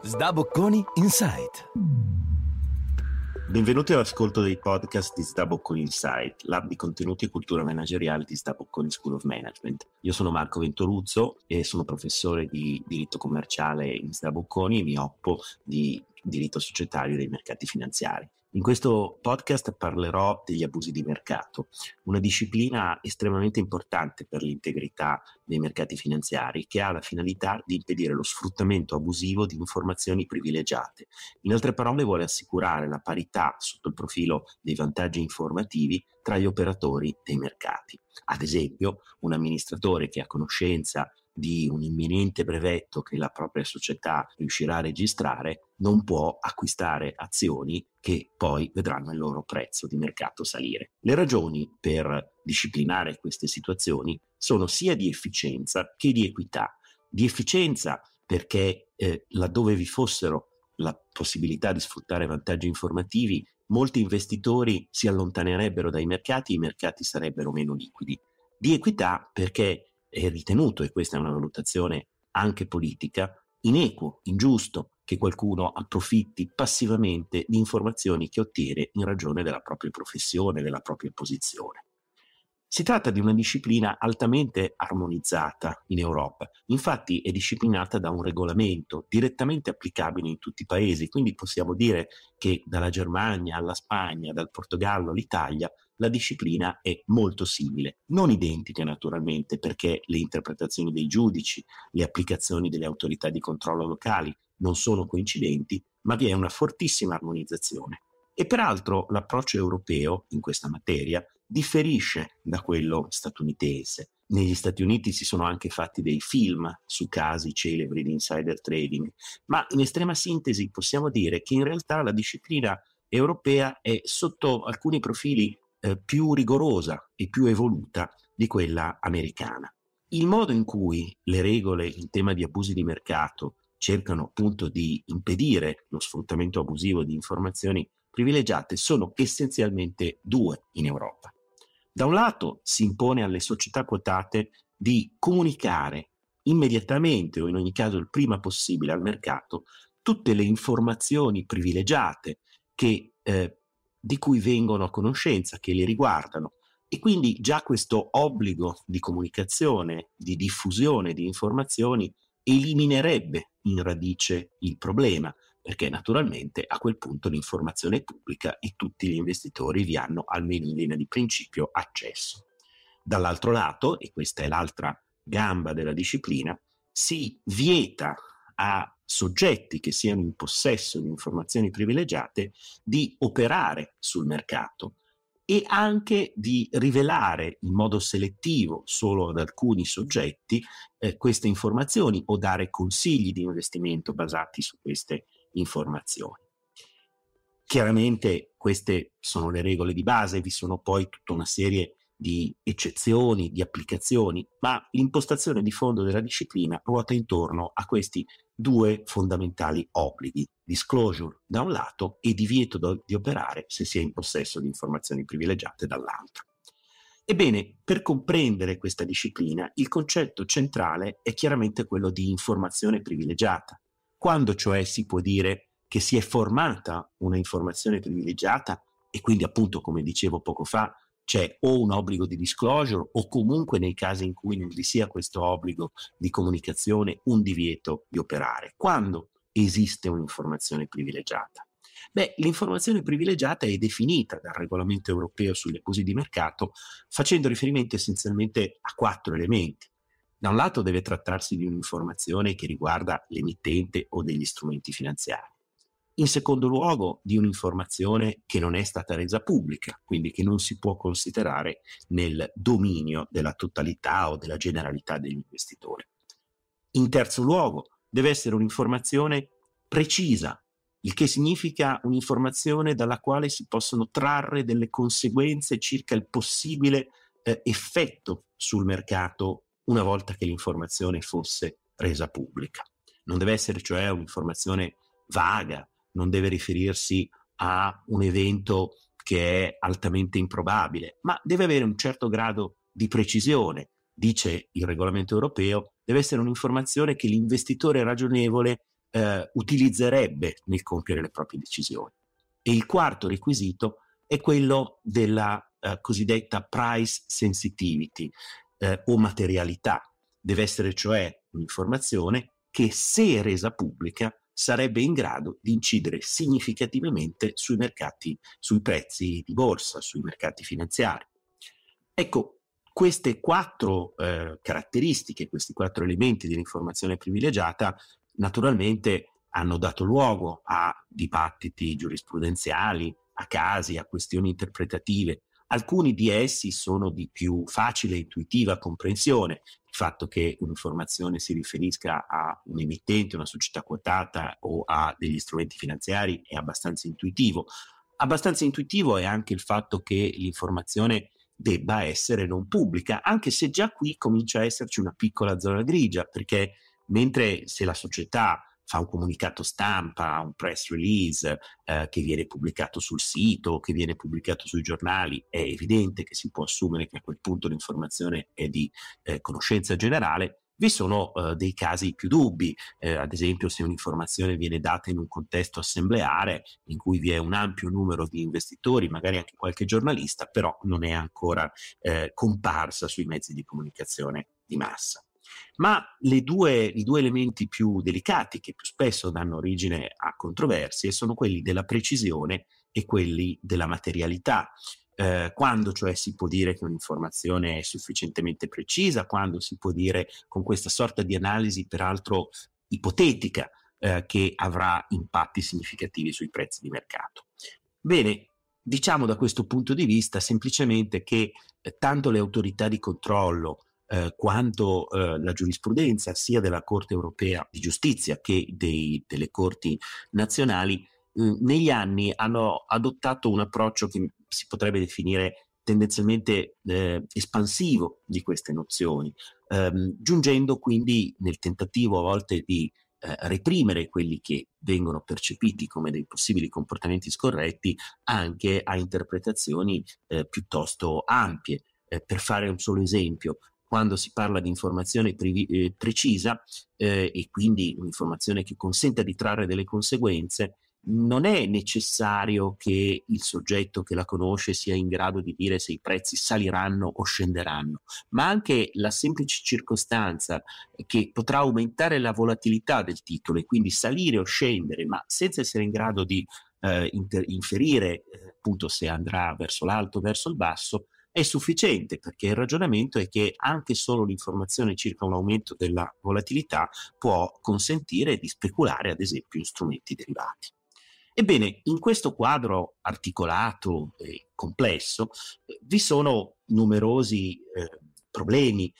Sdabocconi Insight. Benvenuti all'ascolto dei podcast di Sdabocconi Insight, lab di contenuti e cultura manageriale di Sdabocconi School of Management. Io sono Marco Ventoruzzo e sono professore di diritto commerciale in Sdabocconi e mi occupo di diritto societario dei mercati finanziari. In questo podcast parlerò degli abusi di mercato, una disciplina estremamente importante per l'integrità dei mercati finanziari che ha la finalità di impedire lo sfruttamento abusivo di informazioni privilegiate. In altre parole, vuole assicurare la parità sotto il profilo dei vantaggi informativi tra gli operatori dei mercati. Ad esempio, un amministratore che ha conoscenza di un imminente brevetto che la propria società riuscirà a registrare non può acquistare azioni che poi vedranno il loro prezzo di mercato salire. Le ragioni per disciplinare queste situazioni sono sia di efficienza che di equità. Di efficienza perché laddove vi fossero la possibilità di sfruttare vantaggi informativi, molti investitori si allontanerebbero dai mercati e i mercati sarebbero meno liquidi. Di equità perché è ritenuto, e questa è una valutazione anche politica, inequo, ingiusto che qualcuno approfitti passivamente di informazioni che ottiene in ragione della propria professione, della propria posizione. Si tratta di una disciplina altamente armonizzata in Europa, infatti è disciplinata da un regolamento direttamente applicabile in tutti i paesi, quindi possiamo dire che dalla Germania alla Spagna, dal Portogallo all'Italia, la disciplina è molto simile, non identica naturalmente perché le interpretazioni dei giudici, le applicazioni delle autorità di controllo locali non sono coincidenti, ma vi è una fortissima armonizzazione. E peraltro l'approccio europeo in questa materia differisce da quello statunitense. Negli Stati Uniti si sono anche fatti dei film su casi celebri di insider trading, ma in estrema sintesi possiamo dire che in realtà la disciplina europea è sotto alcuni profili più rigorosa e più evoluta di quella americana. Il modo in cui le regole in tema di abusi di mercato cercano appunto di impedire lo sfruttamento abusivo di informazioni privilegiate sono essenzialmente due in Europa. Da un lato si impone alle società quotate di comunicare immediatamente o in ogni caso il prima possibile al mercato tutte le informazioni privilegiate che di cui vengono a conoscenza, che li riguardano, e quindi già questo obbligo di comunicazione, di diffusione di informazioni eliminerebbe in radice il problema, perché naturalmente a quel punto l'informazione è pubblica e tutti gli investitori vi hanno almeno in linea di principio accesso. Dall'altro lato, e questa è l'altra gamba della disciplina, si vieta a soggetti che siano in possesso di informazioni privilegiate di operare sul mercato e anche di rivelare in modo selettivo solo ad alcuni soggetti queste informazioni o dare consigli di investimento basati su queste informazioni. Chiaramente queste sono le regole di base, vi sono poi tutta una serie di eccezioni, di applicazioni, ma l'impostazione di fondo della disciplina ruota intorno a questi due fondamentali obblighi: disclosure da un lato e divieto di operare se si è in possesso di informazioni privilegiate dall'altro. Ebbene, per comprendere questa disciplina, il concetto centrale è chiaramente quello di informazione privilegiata. Quando cioè si può dire che si è formata una informazione privilegiata e quindi appunto, come dicevo poco fa, c'è o un obbligo di disclosure o comunque nei casi in cui non vi sia questo obbligo di comunicazione un divieto di operare. Quando esiste un'informazione privilegiata? L'informazione privilegiata è definita dal regolamento europeo sugli abusi di mercato facendo riferimento essenzialmente a 4 elementi. Da un lato deve trattarsi di un'informazione che riguarda l'emittente o degli strumenti finanziari. In secondo luogo, di un'informazione che non è stata resa pubblica, quindi che non si può considerare nel dominio della totalità o della generalità degli investitori. In terzo luogo, deve essere un'informazione precisa, il che significa un'informazione dalla quale si possono trarre delle conseguenze circa il possibile effetto sul mercato una volta che l'informazione fosse resa pubblica. Non deve essere cioè un'informazione vaga, non deve riferirsi a un evento che è altamente improbabile, ma deve avere un certo grado di precisione. Dice il regolamento europeo, deve essere un'informazione che l'investitore ragionevole utilizzerebbe nel compiere le proprie decisioni. E il quarto requisito è quello della cosiddetta price sensitivity o materialità. Deve essere cioè un'informazione che, se resa pubblica, sarebbe in grado di incidere significativamente sui mercati, sui prezzi di borsa, sui mercati finanziari. Ecco, queste quattro caratteristiche, questi quattro elementi dell'informazione privilegiata, naturalmente hanno dato luogo a dibattiti giurisprudenziali, a casi, a questioni interpretative. Alcuni di essi sono di più facile e intuitiva comprensione. Il fatto che un'informazione si riferisca a un emittente, una società quotata o a degli strumenti finanziari è abbastanza intuitivo. Abbastanza intuitivo è anche il fatto che l'informazione debba essere non pubblica, anche se già qui comincia a esserci una piccola zona grigia, perché mentre se la società fa un comunicato stampa, un press release che viene pubblicato sul sito, che viene pubblicato sui giornali, è evidente che si può assumere che a quel punto l'informazione è di conoscenza generale. Vi sono dei casi più dubbi, ad esempio se un'informazione viene data in un contesto assembleare in cui vi è un ampio numero di investitori, magari anche qualche giornalista, però non è ancora comparsa sui mezzi di comunicazione di massa. Ma i due elementi più delicati che più spesso danno origine a controversie sono quelli della precisione e quelli della materialità. Quando cioè si può dire che un'informazione è sufficientemente precisa, quando si può dire con questa sorta di analisi peraltro ipotetica che avrà impatti significativi sui prezzi di mercato. Bene, diciamo da questo punto di vista semplicemente che tanto le autorità di controllo quanto la giurisprudenza sia della Corte europea di giustizia che delle corti nazionali negli anni hanno adottato un approccio che si potrebbe definire tendenzialmente espansivo di queste nozioni, giungendo quindi nel tentativo a volte di reprimere quelli che vengono percepiti come dei possibili comportamenti scorretti anche a interpretazioni piuttosto ampie. Per fare un solo esempio, quando si parla di informazione precisa e quindi un'informazione che consenta di trarre delle conseguenze, non è necessario che il soggetto che la conosce sia in grado di dire se i prezzi saliranno o scenderanno, ma anche la semplice circostanza che potrà aumentare la volatilità del titolo e quindi salire o scendere, ma senza essere in grado di inferire appunto se andrà verso l'alto o verso il basso, è sufficiente, perché il ragionamento è che anche solo l'informazione circa un aumento della volatilità può consentire di speculare ad esempio in strumenti derivati. Ebbene, in questo quadro articolato e complesso vi sono numerosi problemi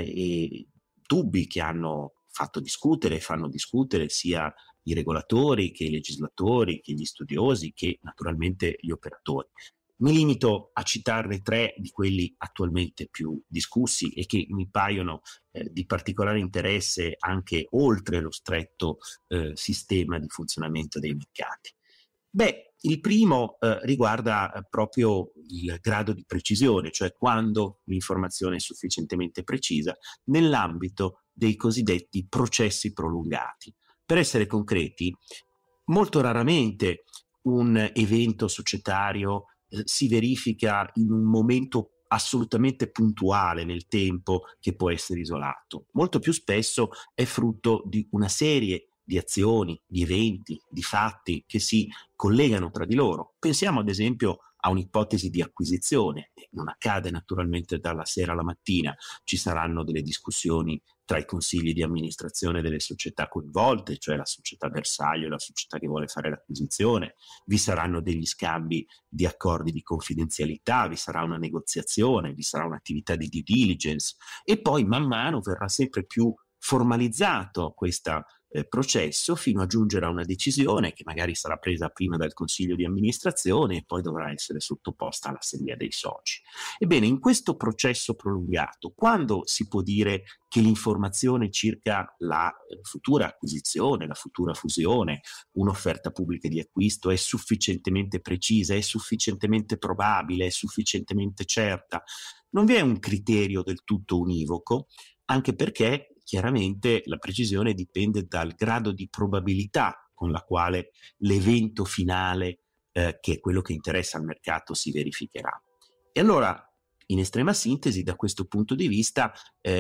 e dubbi che hanno fatto discutere e fanno discutere sia i regolatori che i legislatori, che gli studiosi, che naturalmente gli operatori. Mi limito a citarne tre di quelli attualmente più discussi e che mi paiono di particolare interesse anche oltre lo stretto sistema di funzionamento dei mercati. Beh, il primo riguarda proprio il grado di precisione, cioè quando l'informazione è sufficientemente precisa nell'ambito dei cosiddetti processi prolungati. Per essere concreti, molto raramente un evento societario si verifica in un momento assolutamente puntuale nel tempo che può essere isolato. Molto più spesso è frutto di una serie di azioni, di eventi, di fatti che si collegano tra di loro. Pensiamo ad esempio a un'ipotesi di acquisizione. Non accade naturalmente dalla sera alla mattina, ci saranno delle discussioni tra i consigli di amministrazione delle società coinvolte, cioè la società bersaglio e la società che vuole fare l'acquisizione, vi saranno degli scambi di accordi di confidenzialità, vi sarà una negoziazione, vi sarà un'attività di due diligence e poi man mano verrà sempre più formalizzato questo processo fino a giungere a una decisione che magari sarà presa prima dal consiglio di amministrazione e poi dovrà essere sottoposta all'assemblea dei soci. Ebbene, in questo processo prolungato, quando si può dire che l'informazione circa la futura acquisizione, la futura fusione, un'offerta pubblica di acquisto è sufficientemente precisa, è sufficientemente probabile, è sufficientemente certa? Non vi è un criterio del tutto univoco, anche perché chiaramente la precisione dipende dal grado di probabilità con la quale l'evento finale, che è quello che interessa al mercato, si verificherà. E allora, in estrema sintesi, da questo punto di vista,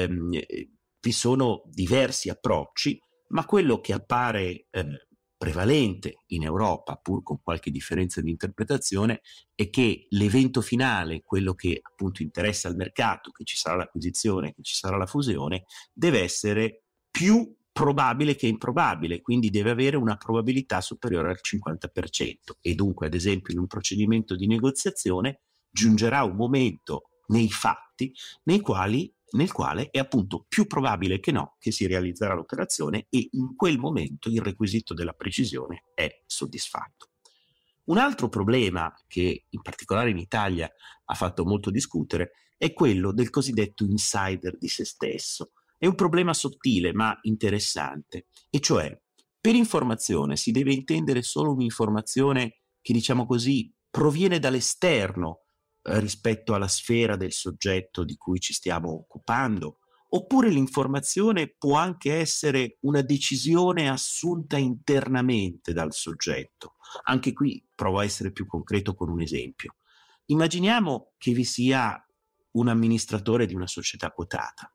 vi sono diversi approcci, ma quello che appare prevalente in Europa, pur con qualche differenza di interpretazione, è che l'evento finale, quello che appunto interessa al mercato, che ci sarà l'acquisizione, che ci sarà la fusione, deve essere più probabile che improbabile, quindi deve avere una probabilità superiore al 50%, e dunque, ad esempio, in un procedimento di negoziazione giungerà un momento nei fatti nel quale è appunto più probabile che no che si realizzerà l'operazione, e in quel momento il requisito della precisione è soddisfatto. Un altro problema che in particolare in Italia ha fatto molto discutere è quello del cosiddetto insider di se stesso. È un problema sottile ma interessante, e cioè, per informazione si deve intendere solo un'informazione che, diciamo così, proviene dall'esterno rispetto alla sfera del soggetto di cui ci stiamo occupando, oppure l'informazione può anche essere una decisione assunta internamente dal soggetto. Anche qui provo a essere più concreto con un esempio. Immaginiamo che vi sia un amministratore di una società quotata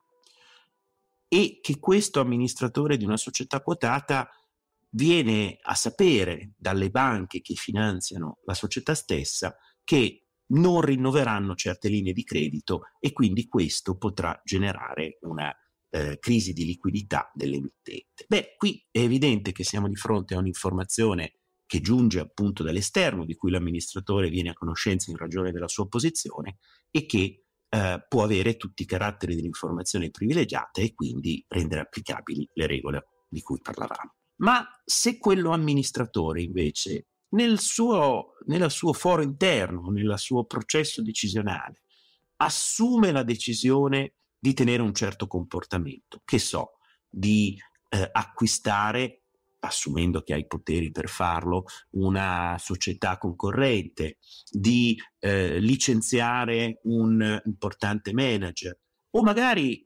e che questo amministratore di una società quotata viene a sapere dalle banche che finanziano la società stessa che non rinnoveranno certe linee di credito, e quindi questo potrà generare una crisi di liquidità dell'emittente. Beh, qui è evidente che siamo di fronte a un'informazione che giunge appunto dall'esterno, di cui l'amministratore viene a conoscenza in ragione della sua posizione, e che può avere tutti i caratteri dell'informazione privilegiata e quindi rendere applicabili le regole di cui parlavamo. Ma se quello amministratore invece nel suo foro interno, nel suo processo decisionale, assume la decisione di tenere un certo comportamento, che so, di acquistare, assumendo che ha i poteri per farlo, una società concorrente, di licenziare un importante manager, o magari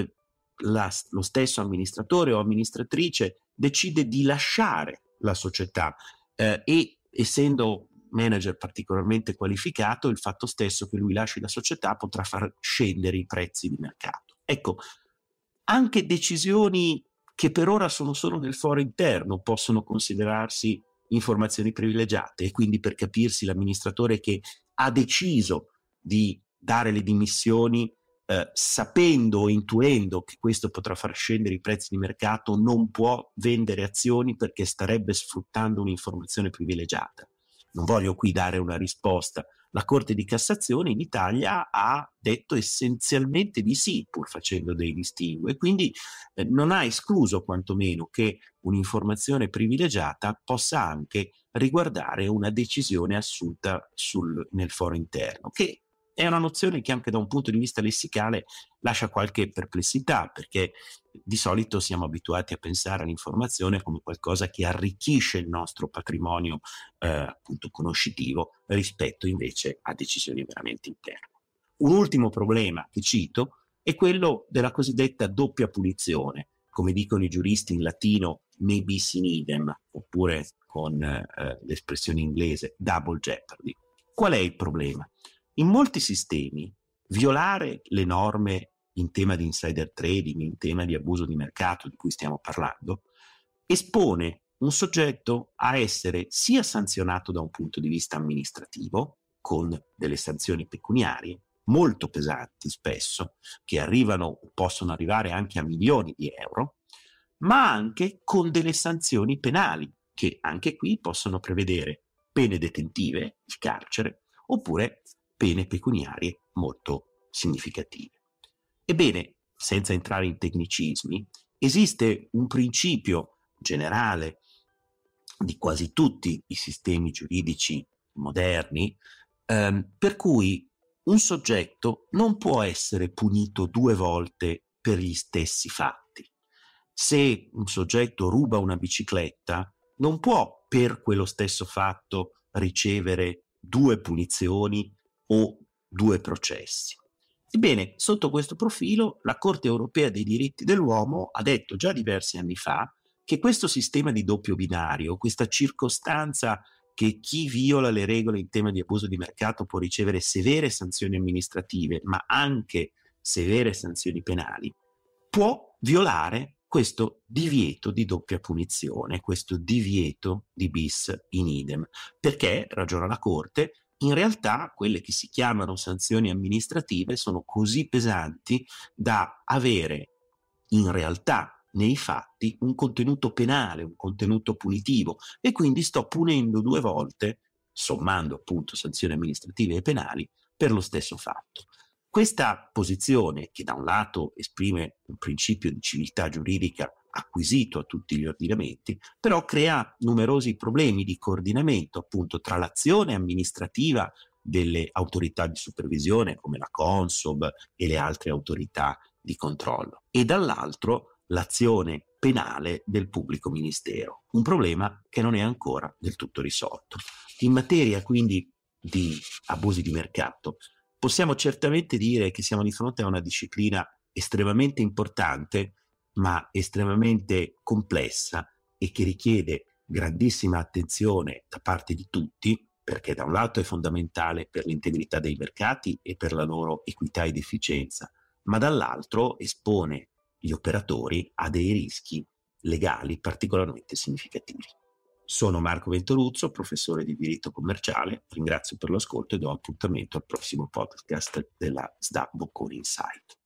lo stesso amministratore o amministratrice decide di lasciare la società, e essendo manager particolarmente qualificato, il fatto stesso che lui lasci la società potrà far scendere i prezzi di mercato. Ecco, anche decisioni che per ora sono solo nel foro interno possono considerarsi informazioni privilegiate, e quindi, per capirsi, l'amministratore che ha deciso di dare le dimissioni sapendo o intuendo che questo potrà far scendere i prezzi di mercato, non può vendere azioni perché starebbe sfruttando un'informazione privilegiata. Non voglio qui dare una risposta. La Corte di Cassazione in Italia ha detto essenzialmente di sì, pur facendo dei distinguo, e quindi non ha escluso quantomeno che un'informazione privilegiata possa anche riguardare una decisione assunta nel foro interno, che è una nozione che anche da un punto di vista lessicale lascia qualche perplessità, perché di solito siamo abituati a pensare all'informazione come qualcosa che arricchisce il nostro patrimonio appunto conoscitivo, rispetto invece a decisioni veramente interne. Un ultimo problema che cito è quello della cosiddetta doppia punizione, come dicono i giuristi in latino ne bis in idem, oppure con l'espressione inglese double jeopardy. Qual è il problema? In molti sistemi violare le norme in tema di insider trading, in tema di abuso di mercato di cui stiamo parlando, espone un soggetto a essere sia sanzionato da un punto di vista amministrativo, con delle sanzioni pecuniarie molto pesanti spesso, che possono arrivare anche a milioni di euro, ma anche con delle sanzioni penali, che anche qui possono prevedere pene detentive, il carcere, oppure pene pecuniarie molto significative. Ebbene, senza entrare in tecnicismi, esiste un principio generale di quasi tutti i sistemi giuridici moderni, per cui un soggetto non può essere punito due volte per gli stessi fatti. Se un soggetto ruba una bicicletta, non può per quello stesso fatto ricevere due punizioni o due processi. Ebbene, sotto questo profilo, la Corte europea dei diritti dell'uomo ha detto già diversi anni fa che questo sistema di doppio binario, questa circostanza che chi viola le regole in tema di abuso di mercato può ricevere severe sanzioni amministrative, ma anche severe sanzioni penali, può violare questo divieto di doppia punizione, questo divieto di bis in idem, perché, ragiona la Corte, in realtà quelle che si chiamano sanzioni amministrative sono così pesanti da avere in realtà nei fatti un contenuto penale, un contenuto punitivo, e quindi sto punendo due volte, sommando appunto sanzioni amministrative e penali, per lo stesso fatto. Questa posizione, che da un lato esprime un principio di civiltà giuridica acquisito a tutti gli ordinamenti, però crea numerosi problemi di coordinamento appunto tra l'azione amministrativa delle autorità di supervisione come la Consob e le altre autorità di controllo e dall'altro l'azione penale del pubblico ministero, un problema che non è ancora del tutto risolto. In materia quindi di abusi di mercato possiamo certamente dire che siamo di fronte a una disciplina estremamente importante ma estremamente complessa e che richiede grandissima attenzione da parte di tutti, perché da un lato è fondamentale per l'integrità dei mercati e per la loro equità ed efficienza, ma dall'altro espone gli operatori a dei rischi legali particolarmente significativi. Sono Marco Ventoruzzo, professore di diritto commerciale, ringrazio per l'ascolto e do appuntamento al prossimo podcast della SDA Bocconi Insight.